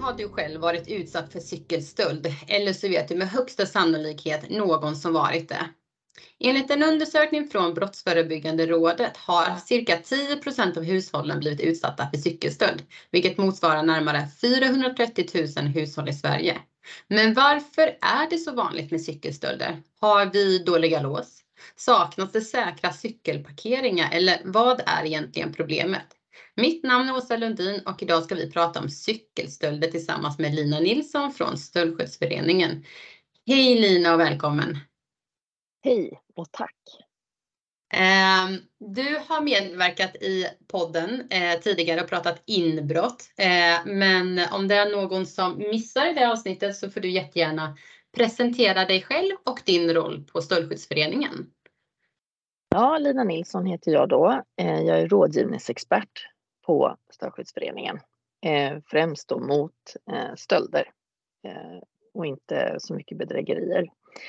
har du själv varit utsatt för cykelstöld, eller så vet du med högsta sannolikhet någon som varit det. Enligt en undersökning från Brottsförebyggande rådet har cirka 10% av hushållen blivit utsatta för cykelstöld, vilket motsvarar närmare 430 000 hushåll i Sverige. Men varför är det så vanligt med cykelstölder? Har vi dåliga lås? Saknas det säkra cykelparkeringar, eller vad är egentligen problemet? Mitt namn är Åsa Lundin och idag ska vi prata om cykelstölder tillsammans med Lina Nilsson från Stöldskyddsföreningen. Hej Lina och välkommen! Hej och tack! Du har medverkat i podden tidigare och pratat inbrott. Men om det är någon som missar det avsnittet så får du jättegärna presentera dig själv och din roll på Stöldskyddsföreningen. Ja, Lina Nilsson heter jag då. Jag är rådgivningsexpert på Stöldskyddsföreningen. Främst då mot stölder och inte så mycket bedrägerier.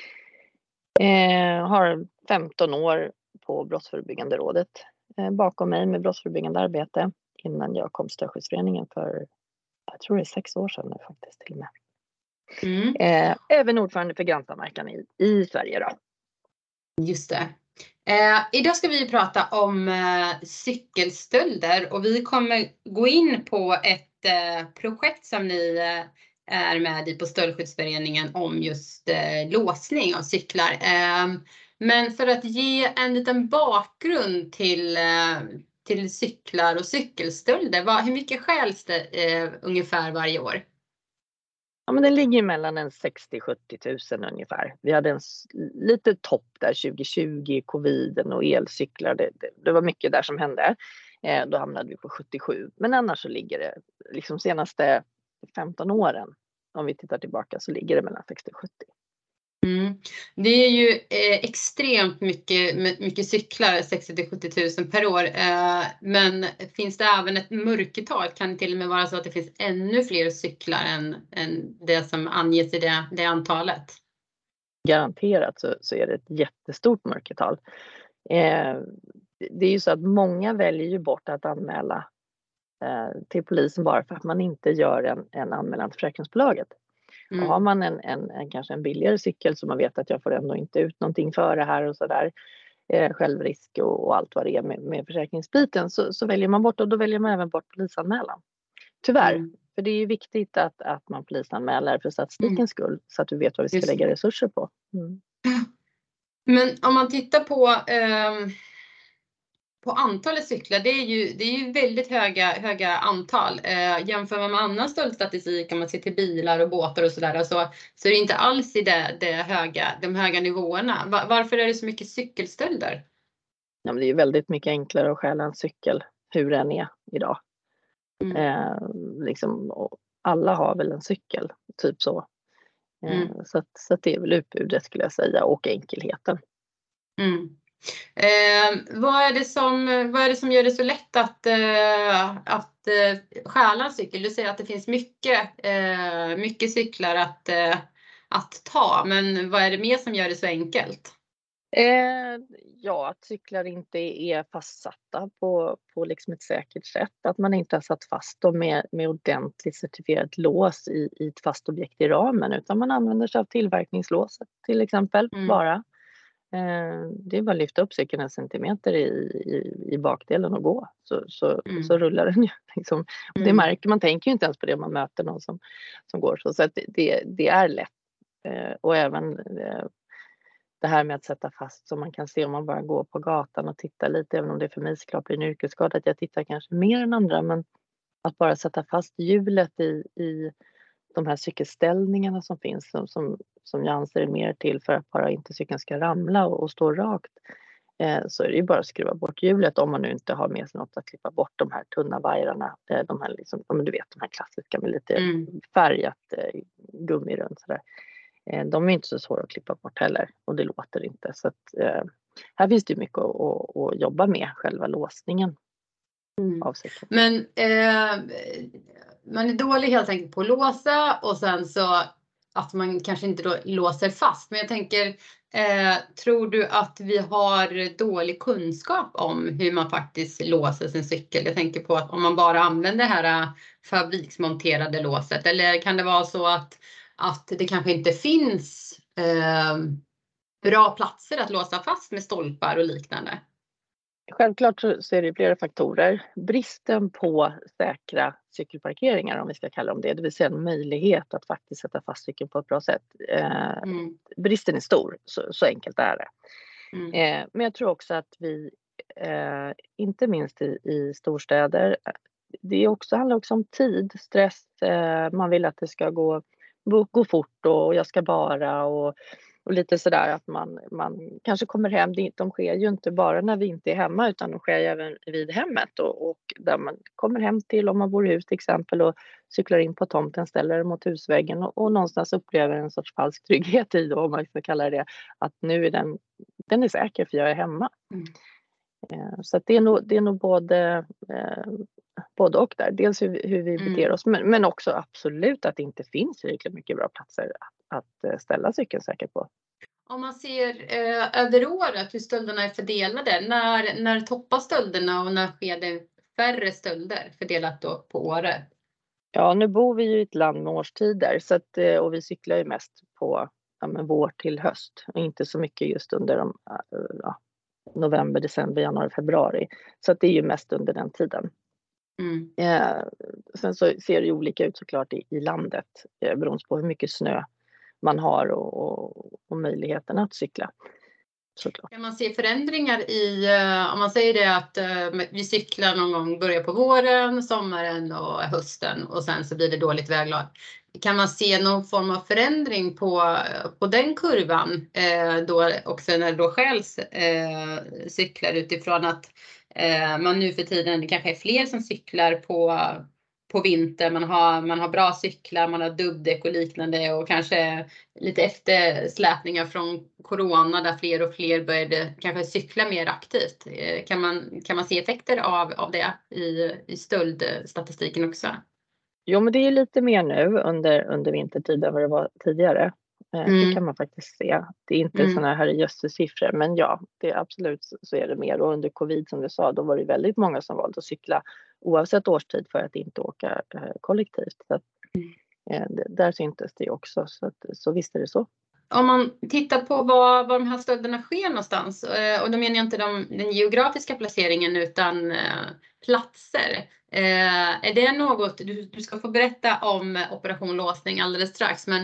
Har 15 år på Brottsförebyggande rådet bakom mig med brottsförebyggande arbete innan jag kom till Stöldskyddsföreningen för, jag tror det är 6 år sedan nu faktiskt till och med. Även ordförande för grannsamverkan i Sverige då. Just det. Idag ska vi prata om cykelstölder och vi kommer gå in på ett projekt som ni är med i på Stöldskyddsföreningen om just låsning av cyklar. Men för att ge en liten bakgrund till cyklar och cykelstölder, hur mycket stjäls det ungefär varje år? Ja, men den ligger mellan 60-70 000 ungefär. Vi hade en lite topp där 2020, coviden och elcyklar. Det var mycket där som hände. Då hamnade vi på 77. Men annars så ligger det liksom senaste 15 åren. Om vi tittar tillbaka så ligger det mellan 60 och 70. Det är ju extremt mycket cyklar, 60-70 000 per år. Men finns det även ett mörkertal? Kan det till och med vara så att det finns ännu fler cyklar än det som anges i det antalet? Garanterat så är det ett jättestort mörkertal. Det är ju så att många väljer ju bort att anmäla till polisen bara för att man inte gör en anmälan till försäkringsbolaget. Och har man kanske en billigare cykel så man vet att jag får ändå inte ut någonting för det här och sådär. Självrisk och allt vad det är med försäkringsbiten så väljer man bort, och då väljer man även bort polisanmälan. Tyvärr, för det är ju viktigt att man polisanmäler för statistikens skull så att du vet vad vi ska lägga resurser på. Men om man tittar på antalet cyklar, det är ju väldigt höga antal. Jämför man med annan stöldstatistik, om man ser till bilar och båtar och sådär, så är det inte alls i de höga nivåerna. Varför är det så mycket cykelstölder? Ja, men det är ju väldigt mycket enklare att stjäla en cykel, hur den är idag. Alla har väl en cykel, typ så. Så det är väl utbudet skulle jag säga, och enkelheten. Vad är det som gör det så lätt att stjäla en cykel? Du säger att det finns mycket cyklar att ta, men vad är det mer som gör det så enkelt? Att cyklar inte är fastsatta på liksom ett säkert sätt. Att man inte har satt fast dem med ordentligt certifierat lås i ett fast objekt i ramen, utan man använder sig av tillverkningslåset till exempel bara. Det är bara att lyfta upp cykeln 1 centimeter i bakdelen och gå. Så rullar den ju. Liksom. Det märker man, tänker ju inte ens på det om man möter någon som går så. Så att det är lätt. Och även det här med att sätta fast, så man kan se om man bara går på gatan och tittar lite, även om det för mig såklart blir en yrkesskada att jag tittar kanske mer än andra, men att bara sätta fast hjulet i de här cykelställningarna som finns, som jag anser är mer till för att bara inte cykeln ska ramla och stå rakt, så är det ju bara att skruva bort hjulet, om man nu inte har med sig något att klippa bort de här tunna vajrarna, de här liksom, du vet, de här klassiska med lite färgat gummi runt sådär. De är inte så svåra att klippa bort heller, och det låter inte, så att här finns det ju mycket att jobba med, själva låsningen av cykeln. Men man är dålig helt enkelt på att låsa, och sen så att man kanske inte då låser fast. Men jag tänker, tror du att vi har dålig kunskap om hur man faktiskt låser sin cykel? Jag tänker på att om man bara använder det här fabriksmonterade låset, eller kan det vara så att det kanske inte finns bra platser att låsa fast med stolpar och liknande? Självklart så är det flera faktorer. Bristen på säkra cykelparkeringar, om vi ska kalla dem det vill säga en möjlighet att faktiskt sätta fast cykeln på ett bra sätt. Bristen är stor, så enkelt är det. Men jag tror också att vi, inte minst i storstäder, handlar också om tid, stress, man vill att det ska gå fort och jag ska bara och lite sådär att man kanske kommer hem. De sker ju inte bara när vi inte är hemma utan de sker även vid hemmet och där man kommer hem till, om man bor i hus till exempel, och cyklar in på tomten, ställer mot husväggen och någonstans upplever en sorts falsk trygghet i då, om man ska kalla det, att nu är den är säker för jag är hemma. Så att det är nog både och där. Dels hur vi beter oss, men också absolut att det inte finns tillräckligt mycket bra platser att ställa cykeln säkert på. Om man ser över året hur stölderna är fördelade, när toppar stölderna och när sker det färre stölder fördelat då på året? Ja, nu bor vi ju i ett land med årstider så att, och vi cyklar ju mest på vår till höst och inte så mycket just under november, december, januari, februari. Så att det är ju mest under den tiden. Sen så ser det olika ut såklart i landet beroende på hur mycket snö man har och möjligheten att cykla. Såklart. Kan man se förändringar om man säger det att vi cyklar någon gång, börjar på våren, sommaren och hösten och sen så blir det dåligt väglag. Kan man se någon form av förändring på den kurvan då också när det då stjäls cyklar utifrån att man nu för tiden, det kanske är fler som cyklar på vinter, man har bra cyklar, man har dubbdäck och liknande och kanske lite eftersläpningar från corona där fler och fler började kanske cykla mer aktivt. Kan man se effekter av det i stöldstatistiken också? Jo, men det är lite mer nu under vintertid än vad det var tidigare. Det kan man faktiskt se. Det är inte sådana här jösses-siffror, men ja, det är absolut så är det mer. Och under covid som du sa, då var det väldigt många som valde att cykla oavsett årstid för att inte åka kollektivt. Så att, där syntes det också, så visst är det så. Om man tittar på var de här stölderna sker någonstans, och då menar jag inte den geografiska placeringen utan platser. Är det något, du ska få berätta om Operation Låsning alldeles strax, men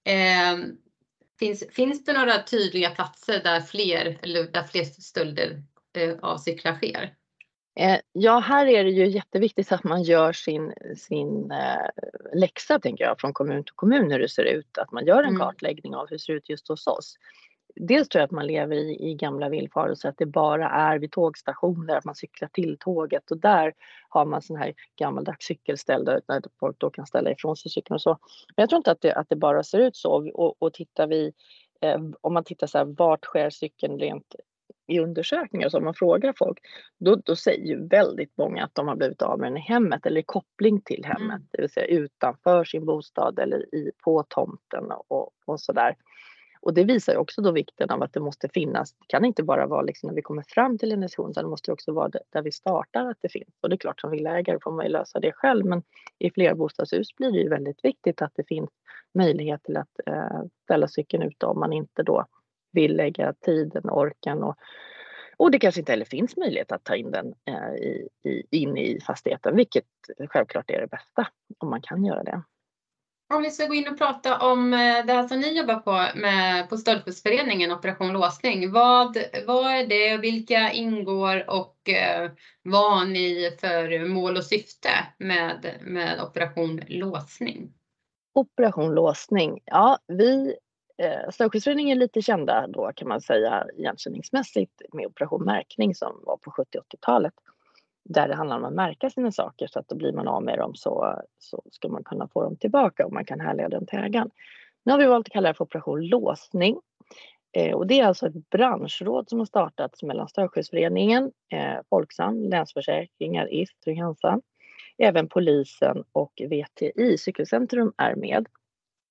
finns det några tydliga platser där fler stölder av cyklar sker? Ja, här är det ju jätteviktigt att man gör sin läxa, tänker jag, från kommun till kommun hur det ser ut. Att man gör en kartläggning av hur det ser ut just hos oss. Dels tror jag att man lever i gamla villfarelser, att det bara är vid tågstationer, att man cyklar till tåget och där har man sån här gammaldags cykelställ där folk då kan ställa ifrån sig cykeln och så. Men jag tror inte att det bara ser ut så. Och tittar vi, om man tittar så här, vart sker cykeln rent i undersökningar, så om man frågar folk, då säger ju väldigt många att de har blivit av med den i hemmet eller i koppling till hemmet, det vill säga utanför sin bostad eller på tomten och sådär. Och det visar ju också då vikten av att det måste finnas, det kan inte bara vara liksom när vi kommer fram till en institution, utan det måste också vara där vi startar att det finns. Och det är klart, som villaägare får man ju lösa det själv, men i flera bostadshus blir det ju väldigt viktigt att det finns möjlighet till att ställa cykeln ute om man inte då vill lägga tiden, orken och det kanske inte heller finns möjlighet att ta in den in i fastigheten, vilket självklart är det bästa om man kan göra det. Om vi ska gå in och prata om det här som ni jobbar på Stöldskyddsföreningen, Operation Låsning. Vad är det, vilka ingår och vad har ni för mål och syfte med Operation Låsning? Operation Låsning, ja, Stöldskyddsföreningen är lite kända då kan man säga igenkänningsmässigt med Operation Märkning som var på 70-80-talet. Där det handlar om att märka sina saker så att då blir man av med dem så ska man kunna få dem tillbaka och man kan härleda dem till ägaren. Nu har vi valt att kalla det för Operation Låsning. Och det är alltså ett branschråd som har startats mellan Stöldskyddsföreningen, Folksam, Länsförsäkringar, If, Trygg-Hansa. Även polisen och VTI, Cykelcentrum, är med.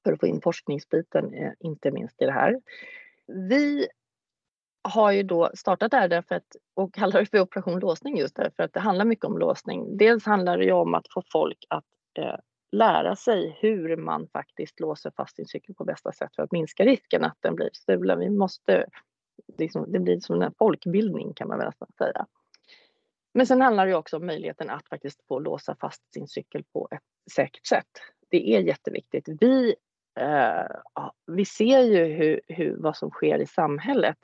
för att få in forskningsbiten, inte minst i det här. Vi har ju då startat det här därför att, och kallar det för operation låsning just därför att det handlar mycket om låsning. Dels handlar det ju om att få folk att lära sig hur man faktiskt låser fast sin cykel på bästa sätt för att minska risken att den blir stulen. Vi måste, liksom, det blir som en folkbildning kan man väl säga. Men sen handlar det ju också om möjligheten att faktiskt få låsa fast sin cykel på ett säkert sätt. Det är jätteviktigt. Vi ser ju vad som sker i samhället.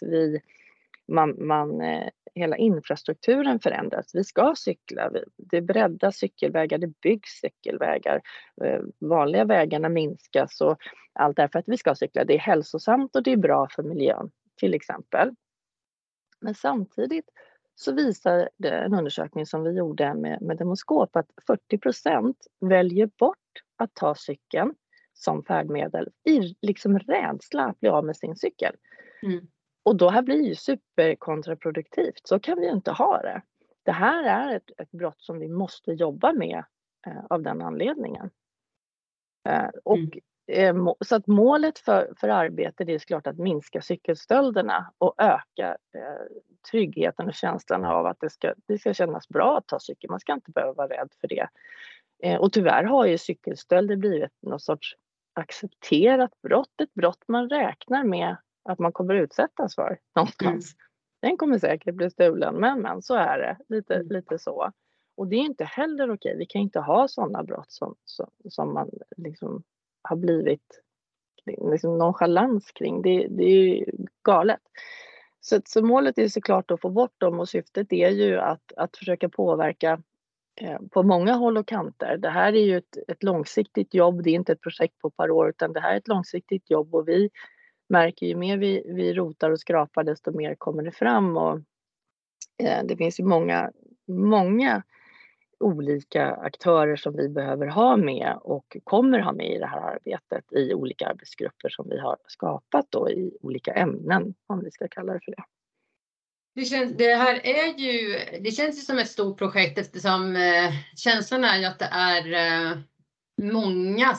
Hela infrastrukturen förändras. Vi ska cykla. Det breddas cykelvägar, det byggs cykelvägar. Vanliga vägarna minskas och allt därför att vi ska cykla. Det är hälsosamt och det är bra för miljön till exempel. Men samtidigt så visar det en undersökning som vi gjorde med Demoskop att 40% väljer bort att ta cykeln som färdmedel i liksom rädsla att bli av med sin cykel. Mm. Och då här blir ju superkontraproduktivt. Så kan vi ju inte ha det. Det här är ett brott som vi måste jobba med av den anledningen. Så att målet för arbetet är såklart att minska cykelstölderna och öka tryggheten och känslan av att det ska kännas bra att ta cykel. Man ska inte behöva vara rädd för det. Och tyvärr har ju cykelstölder blivit någon sorts accepterat brott. Ett brott man räknar med att man kommer utsättas för någonstans. Den kommer säkert bli stulen, men så är det. Lite så. Och det är inte heller okej. Vi kan inte ha sådana brott som man liksom har blivit liksom nonchalans kring. Det är ju galet. Så målet är såklart att få bort dem och syftet är ju att försöka påverka på många håll och kanter. Det här är ju ett långsiktigt jobb. Det är inte ett projekt på ett par år utan det här är ett långsiktigt jobb och vi märker ju mer vi rotar och skrapar desto mer kommer det fram och det finns ju många olika aktörer som vi behöver ha med och kommer ha med i det här arbetet i olika arbetsgrupper som vi har skapat då i olika ämnen om vi ska kalla det för det. Det känns ju som ett stort projekt eftersom känslan är ju att det är många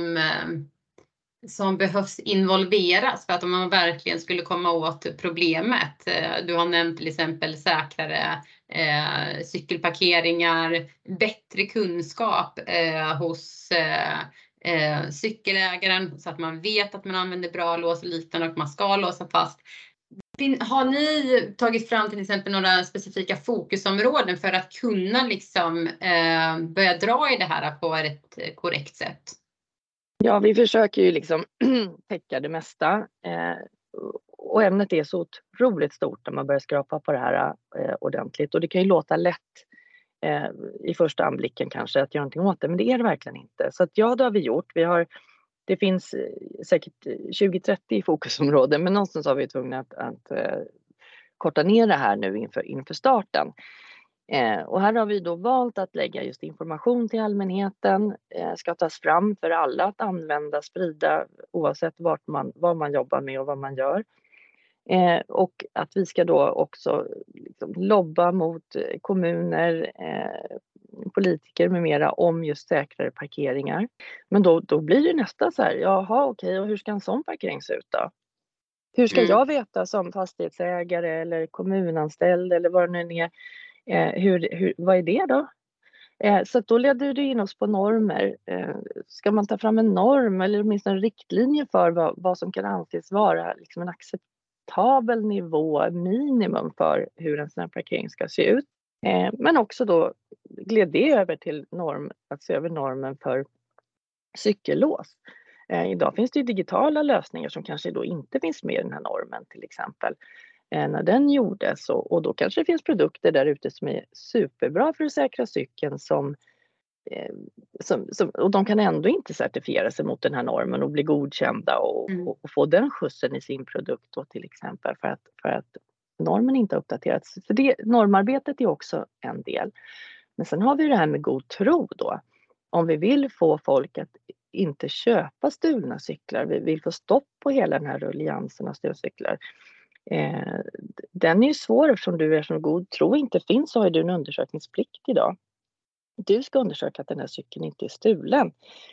som behövs involveras för att om man verkligen skulle komma åt problemet. Du har nämnt till exempel säkrare cykelparkeringar, bättre kunskap hos cykelägaren så att man vet att man använder bra lås och liknande och man ska låsa fast. Har ni tagit fram till exempel några specifika fokusområden för att kunna liksom börja dra i det här på ett korrekt sätt? Ja, vi försöker ju liksom täcka det mesta och ämnet är så otroligt stort när man börjar skrapa på det här ordentligt och det kan ju låta lätt i första anblicken kanske att göra någonting åt det, men det är det verkligen inte. Så att ja, det har vi gjort. Det finns säkert 20-30 fokusområden men någonstans har vi tvungna att korta ner det här nu inför starten. Och här har vi då valt att lägga just information till allmänheten, ska tas fram för alla att använda, sprida oavsett vad man jobbar med och vad man gör. Och att vi ska då också liksom lobba mot kommuner, politiker med mera om just säkrare parkeringar. Men då blir det nästa så här, jaha okej, och hur ska en sån parkering se ut då? Hur ska jag veta som fastighetsägare eller kommunanställd eller vad det nu är, vad är det då? Så då leder det in oss på normer. Ska man ta fram en norm eller åtminstone en riktlinje för vad som kan anses vara liksom en acceptabel nivå, minimum för hur en sån här parkering ska se ut. Men också då gled det över till att se över normen för cykellås. Idag finns det ju digitala lösningar som kanske då inte finns med i den här normen till exempel. När den gjordes och då kanske det finns produkter där ute som är superbra för att säkra cykeln och de kan ändå inte certifiera sig mot den här normen och bli godkända och få den skjutsen i sin produkt då till exempel för att normen inte har uppdaterats. Så normarbetet är också en del. Men sen har vi det här med god tro då. Om vi vill få folk att inte köpa stulna cyklar, vi vill få stopp på hela den här rulliansen av stulcyklar. Den är ju svår eftersom du är som god tro inte finns så har du en undersökningsplikt idag. Du ska undersöka att den här cykeln inte är stulen.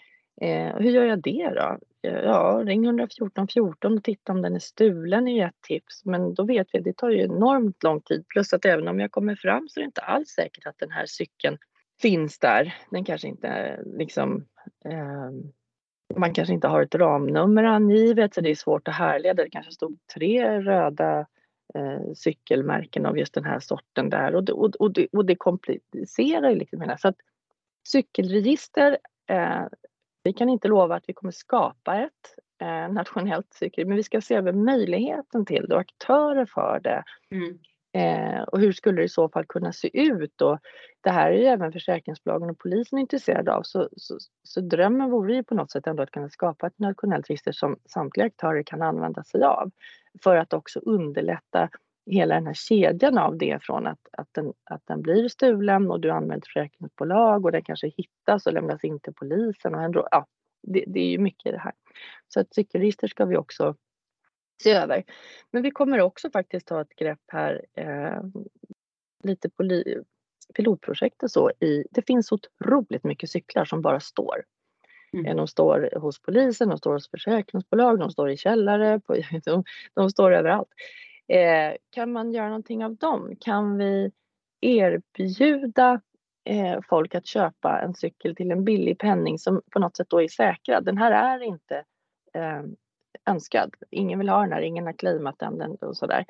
Hur gör jag det då? Ja, ring 114 14 och titta om den är stulen är ju ett tips. Men då vet vi att det tar ju enormt lång tid. Plus att även om jag kommer fram så är det inte alls säkert att den här cykeln finns där. Den kanske inte liksom... man kanske inte har ett ramnummer angivet så det är svårt att härleda. Det kanske stod 3 röda cykelmärken av just den här sorten där. Och det komplicerar ju liksom hela. Så att cykelregister... vi kan inte lova att vi kommer skapa ett nationellt cykel, men vi ska se över möjligheten till det och aktörer för det. Och hur skulle det i så fall kunna se ut? Och det här är ju även försäkringsbolagen och polisen intresserade av. Så drömmen vore ju på något sätt ändå att kunna skapa ett nationellt register som samtliga aktörer kan använda sig av. För att också underlätta hela den här kedjan av det från att den blir stulen och du anmält försäkringsbolag och den kanske hittas och lämnas in till polisen. Och ändå, ja, det är ju mycket i det här. Så att cykelregister ska vi också se över. Men vi kommer också faktiskt ta ett grepp här lite på pilotprojekt och så. Det finns otroligt mycket cyklar som bara står. De står hos polisen, de står hos försäkringsbolag, de står i källare, de står överallt. Kan man göra någonting av dem? Kan vi erbjuda folk att köpa en cykel till en billig penning som på något sätt då är säkrad? Den här är inte önskad. Ingen vill ha den här, ingen har claimat den och sådär.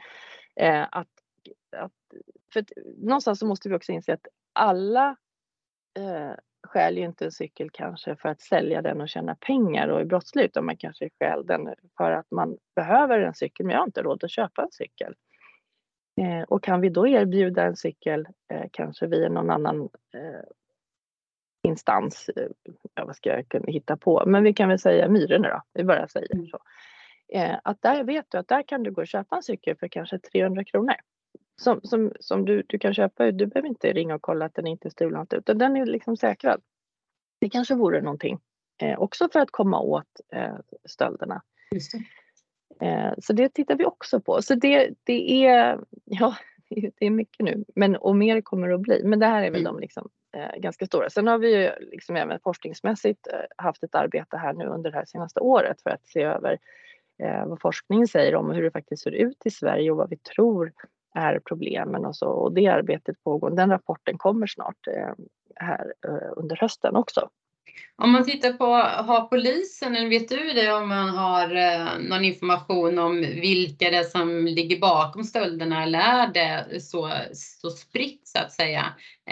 För någonstans så måste vi också inse att alla stjäl ju inte en cykel kanske för att sälja den och tjäna pengar och i brottsligt, utan man kanske stjäl den för att man behöver en cykel men jag har inte råd att köpa en cykel. Och kan vi då erbjuda en cykel kanske via någon annan instans, vad ska jag kunna hitta på, men vi kan väl säga Myrorna då, vi bara säger så. Att där vet du att där kan du gå och köpa en cykel för kanske 300 kronor. Som du kan köpa, du behöver inte ringa och kolla att den inte är stulen utan den är liksom säkrad. Det kanske vore någonting också för att komma åt stölderna. Just det. Så det tittar vi också på. Så det är, ja, det är mycket nu, och mer kommer det att bli. Men det här är väl de liksom ganska stora. Sen har vi ju liksom även forskningsmässigt haft ett arbete här nu under det här senaste året för att se över vad forskningen säger om hur det faktiskt ser ut i Sverige och vad vi tror är problemen och så. Och det arbetet pågår. Den rapporten kommer snart här under hösten också. Om man tittar på, har polisen, eller vet du det om man har någon information om vilka det är som ligger bakom stölderna, eller är det så spritt så att säga?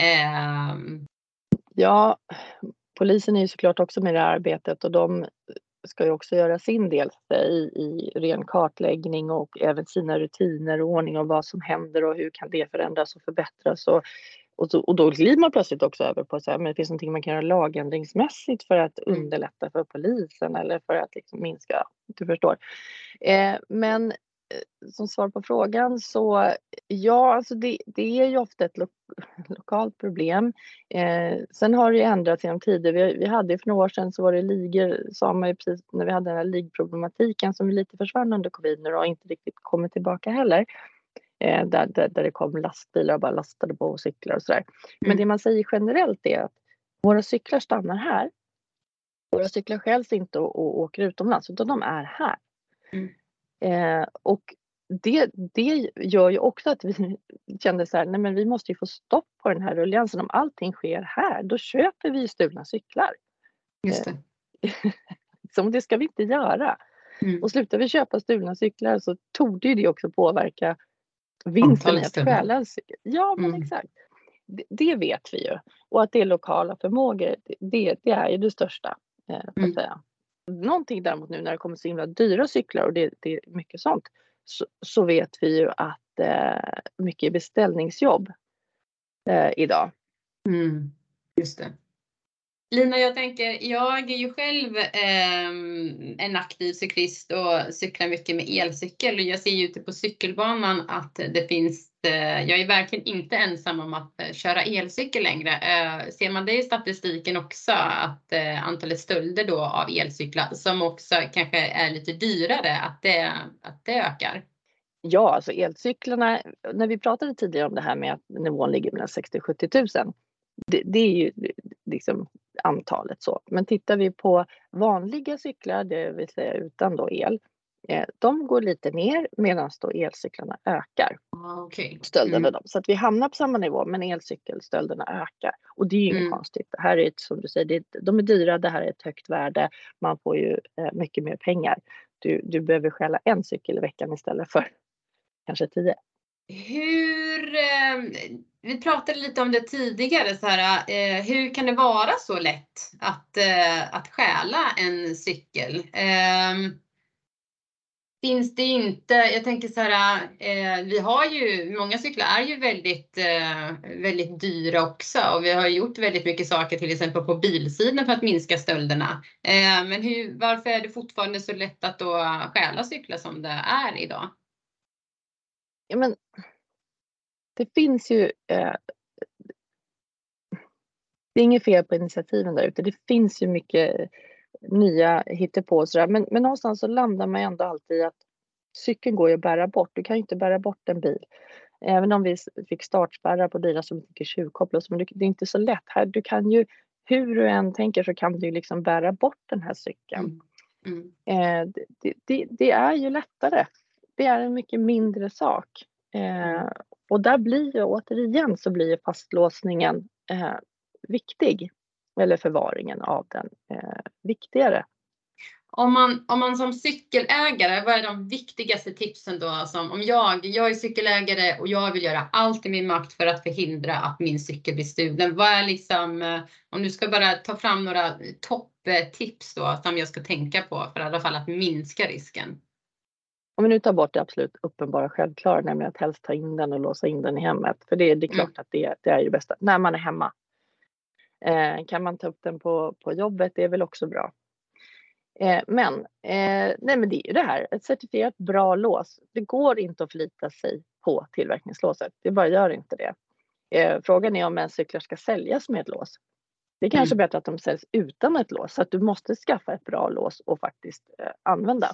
Ja, polisen är ju såklart också med i det här arbetet och de ska ju också göra sin del i ren kartläggning och även sina rutiner och ordning och vad som händer och hur kan det förändras och förbättras. Och då glider man plötsligt också över på så här, men det finns någonting man kan göra lagändringsmässigt för att underlätta för polisen eller för att liksom minska, du förstår. Men som svar på frågan så ja, alltså det är ju ofta ett lokalt problem. Sen har det ju ändrats genom tider. Vi hade för några år sedan så var det ligor, sa man ju precis när vi hade den här ligproblematiken som lite försvann under covid nu och inte riktigt kommit tillbaka heller. Där det kom lastbilar och bara lastade på cyklar och sådär. Men det man säger generellt är att våra cyklar stannar här. Våra cyklar stjäls inte och åker utomlands utan de är här. Och det gör ju också att vi kände så här, nej men vi måste ju få stopp på den här rulliansen. Om allting sker här, då köper vi stulna cyklar. Just det. Som det ska vi inte göra. Och slutar vi köpa stulna cyklar så torde ju det också påverka vinsten i att stjäla en cykel. Ja, men exakt. Det vet vi ju. Och att det är lokala förmågor, det är ju det största. För att säga. Någonting däremot nu när det kommer så himla dyra cyklar och det är mycket sånt. Så vet vi ju att mycket beställningsjobb idag. Just det. Lina, jag är ju själv en aktiv cyklist och cyklar mycket med elcykel. Och jag ser ju ute på cykelbanan att det finns, jag är verkligen inte ensam om att köra elcykel längre. Ser man det i statistiken också att antalet stölder då av elcyklar som också kanske är lite dyrare, att det ökar? Ja, alltså elcyklarna, när vi pratade tidigare om det här med att nivån ligger mellan 60 000 och 70 000. Det är ju liksom antalet så. Men tittar vi på vanliga cyklar, det vill säga utan då el, de går lite ner medan då elcyklarna ökar. Okay. Stölderna så att vi hamnar på samma nivå, men elcykelstölderna ökar. Och det är ju inget konstigt. Det här är ett, som du säger, de är dyra, det här är ett högt värde. Man får ju mycket mer pengar. Du behöver stjäla en cykel i veckan istället för kanske 10. Vi pratade lite om det tidigare, så här, hur kan det vara så lätt att stjäla en cykel? Finns det inte, jag tänker så här, vi har ju, många cyklar är ju väldigt dyra också, och vi har gjort väldigt mycket saker till exempel på bilsidan för att minska stölderna. Men varför är det fortfarande så lätt att då stjäla cyklar som det är idag? Ja, men det finns ju, det är inget fel på initiativen där ute. Det finns ju mycket nya hittepå och sådär. Men någonstans så landar man ändå alltid i att cykeln går ju att bära bort. Du kan ju inte bära bort en bil. Även om vi fick startspärrar på bilar som inte tjuvkopplas. Men det är inte så lätt. Här, du kan ju, hur du än tänker så kan du liksom bära bort den här cykeln. Det är ju lättare. Det är en mycket mindre sak. Och där blir ju återigen så blir fastlåsningen viktig. Eller förvaringen av den viktigare. Om man som cykelägare, vad är de viktigaste tipsen då? Som om jag är cykelägare och jag vill göra allt i min makt för att förhindra att min cykel blir stulen. Vad är liksom, om du ska bara ta fram några topptips då som jag ska tänka på för i alla fall att minska risken? Om vi nu tar bort det absolut uppenbara självklara, nämligen att helst ta in den och låsa in den i hemmet. För det är klart att det är ju bästa när man är hemma. Kan man ta upp den på jobbet, det är väl också bra. Men det är ju det här, ett certifierat bra lås. Det går inte att förlita sig på tillverkningslåset. Det bara gör inte det. Frågan är om en cyklar ska säljas med ett lås. Det är kanske bättre att de säljs utan ett lås. Så att du måste skaffa ett bra lås och faktiskt använda.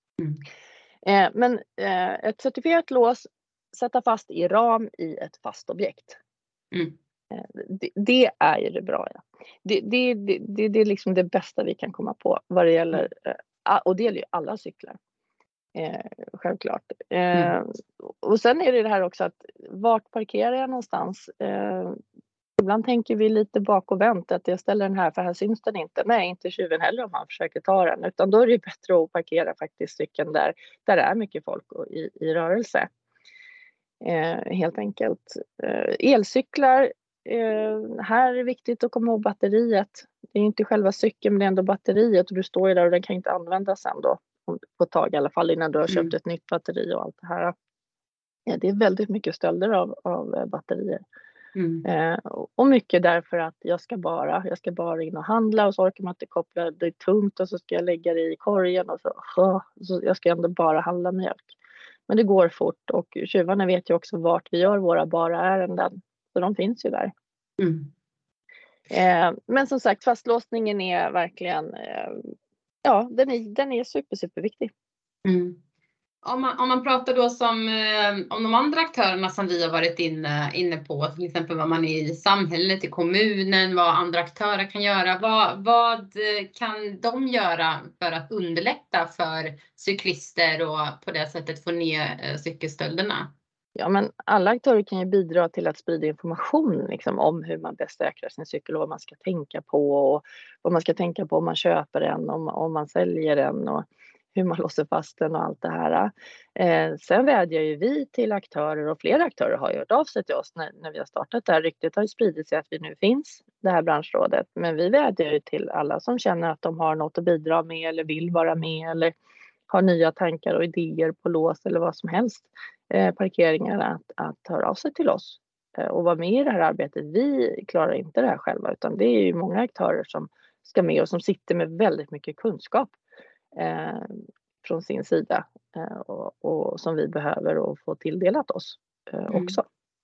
Men ett certifierat lås, sätta fast i ram i ett fast objekt. Det är ju det bra. Ja. Det är liksom det bästa vi kan komma på vad det gäller. Och det gäller ju alla cyklar. Självklart. Och sen är det här också att vart parkerar jag någonstans? Ibland tänker vi lite bak och vänt att jag ställer den här för här syns den inte. Nej, inte tjuven heller om han försöker ta den. Utan då är det bättre att parkera faktiskt cykeln där det är mycket folk i rörelse. Helt enkelt. Elcyklar. Här är det viktigt att komma ihåg batteriet. Det är inte själva cykeln men det är ändå batteriet och du står ju där och den kan inte användas sen då. På ett tag i alla fall innan du har köpt ett nytt batteri och allt det här. Det är väldigt mycket stölder av batterier. Och mycket därför att jag ska bara in och handla och så orkar man inte koppla, det är tungt och så ska jag lägga det i korgen och så jag ska ändå bara handla mjölk. Men det går fort och tjuvarna vet ju också vart vi gör våra bara ärenden. Så de finns ju där. Men som sagt, fastlåsningen är verkligen, den är superviktig. Om man pratar då om de andra aktörerna som vi har varit inne på, till exempel vad man är i samhället, i kommunen, vad andra aktörer kan göra. Vad kan de göra för att underlätta för cyklister och på det sättet få ner cykelstölderna? Ja, men alla aktörer kan ju bidra till att sprida information liksom, om hur man bäst säkrar sin cykel och vad man ska tänka på och vad man ska tänka på om man köper den, om man säljer den och hur man låser fast den och allt det här. Sen vädjar ju vi till aktörer och flera aktörer har hört av sig till oss när vi har startat det här. Ryktet har ju spridit sig att vi nu finns, det här branschrådet. Men vi vädjar ju till alla som känner att de har något att bidra med eller vill vara med eller har nya tankar och idéer på lås eller vad som helst. Parkeringar att höra av sig till oss och vara med i det här arbetet. Vi klarar inte det här själva utan det är ju många aktörer som ska med och som sitter med väldigt mycket kunskap från sin sida och som vi behöver och få tilldelat oss också.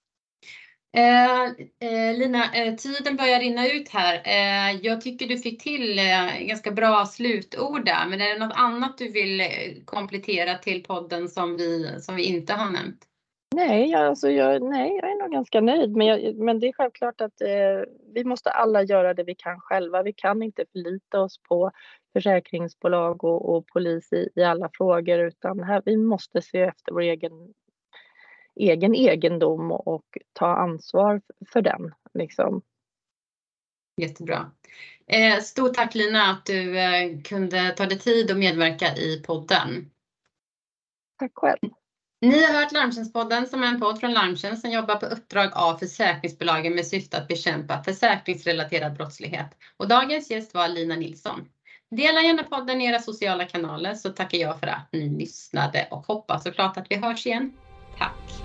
Lina, tiden börjar rinna ut här. Jag tycker du fick till ganska bra slutord där, men är det något annat du vill komplettera till podden som vi inte har nämnt? Nej, jag är nog ganska nöjd. Men det är självklart att vi måste alla göra det vi kan själva. Vi kan inte förlita oss på försäkringsbolag och polis i alla frågor, utan här, vi måste se efter vår egen egendom och ta ansvar för den. Liksom. Jättebra. Stort tack Lina att du kunde ta dig tid och medverka i podden. Tack själv. Ni har hört Larmtjänstpodden som är en podd från Larmtjänst som jobbar på uppdrag av försäkringsbolagen med syfte att bekämpa försäkringsrelaterad brottslighet. Och dagens gäst var Lina Nilsson. Dela gärna podden i era sociala kanaler så tackar jag för att ni lyssnade och hoppas såklart att vi hörs igen. Tack!